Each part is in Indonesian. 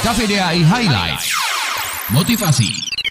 KVDI Highlight. Motivasi.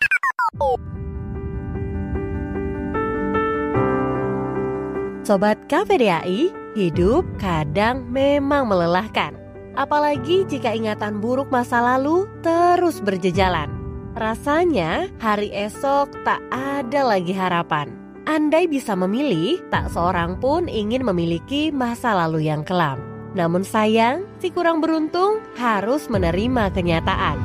Sobat KVDI, hidup kadang memang melelahkan. Apalagi jika ingatan buruk masa lalu terus berjejalan. Rasanya hari esok tak ada lagi harapan. Andai bisa memilih, tak seorang pun ingin memiliki masa lalu yang kelam. Namun sayang, si kurang beruntung harus menerima kenyataan.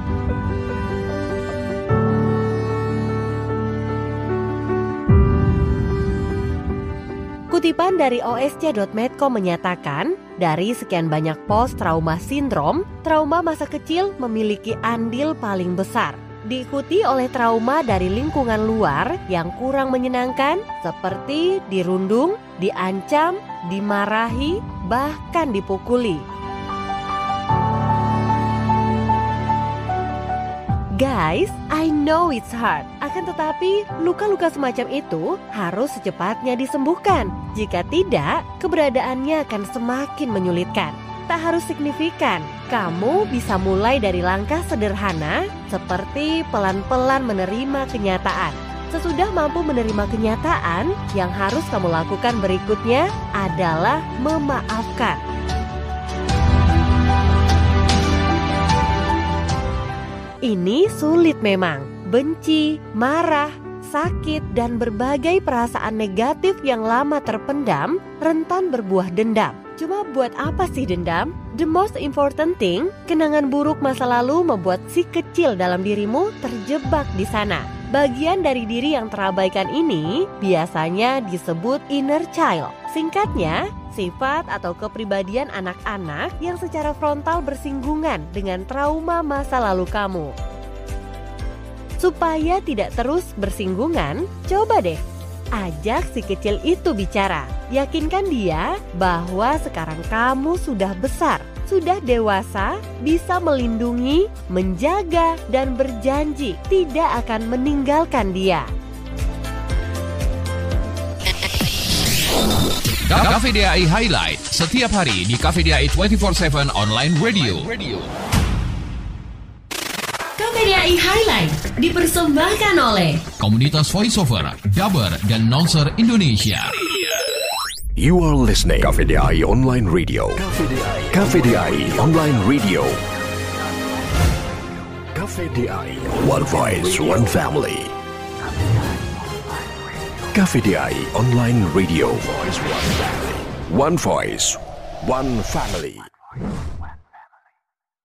Kutipan dari osc.medco menyatakan, dari sekian banyak post-trauma sindrom, trauma masa kecil memiliki andil paling besar. Diikuti oleh trauma dari lingkungan luar yang kurang menyenangkan, seperti dirundung, diancam, dimarahi, bahkan dipukuli. Guys, I know it's hard. Akan tetapi, luka-luka semacam itu harus secepatnya disembuhkan. Jika tidak, keberadaannya akan semakin menyulitkan. Tak harus signifikan. Kamu bisa mulai dari langkah sederhana, seperti pelan-pelan menerima kenyataan. Sesudah mampu menerima kenyataan, yang harus kamu lakukan berikutnya adalah memaafkan. Ini sulit memang. Benci, marah, sakit, dan berbagai perasaan negatif yang lama terpendam rentan berbuah dendam. Cuma buat apa sih dendam? The most important thing, kenangan buruk masa lalu membuat si kecil dalam dirimu terjebak di sana. Bagian dari diri yang terabaikan ini biasanya disebut inner child. Singkatnya, sifat atau kepribadian anak-anak yang secara frontal bersinggungan dengan trauma masa lalu kamu. Supaya tidak terus bersinggungan, coba deh ajak si kecil itu bicara. Yakinkan dia bahwa sekarang kamu sudah besar, sudah dewasa, bisa melindungi, menjaga, dan berjanji tidak akan meninggalkan dia. KVDI Highlight setiap hari di KVDI 24/7 Online Radio. KVDI Highlight dipersembahkan oleh Komunitas Voiceover, Dubber, dan Announcer Indonesia. You are listening KVDI Online Radio. KVDI Online Radio. KVDI One Voice, One Family. KVDI Online Radio. One Voice, One Family.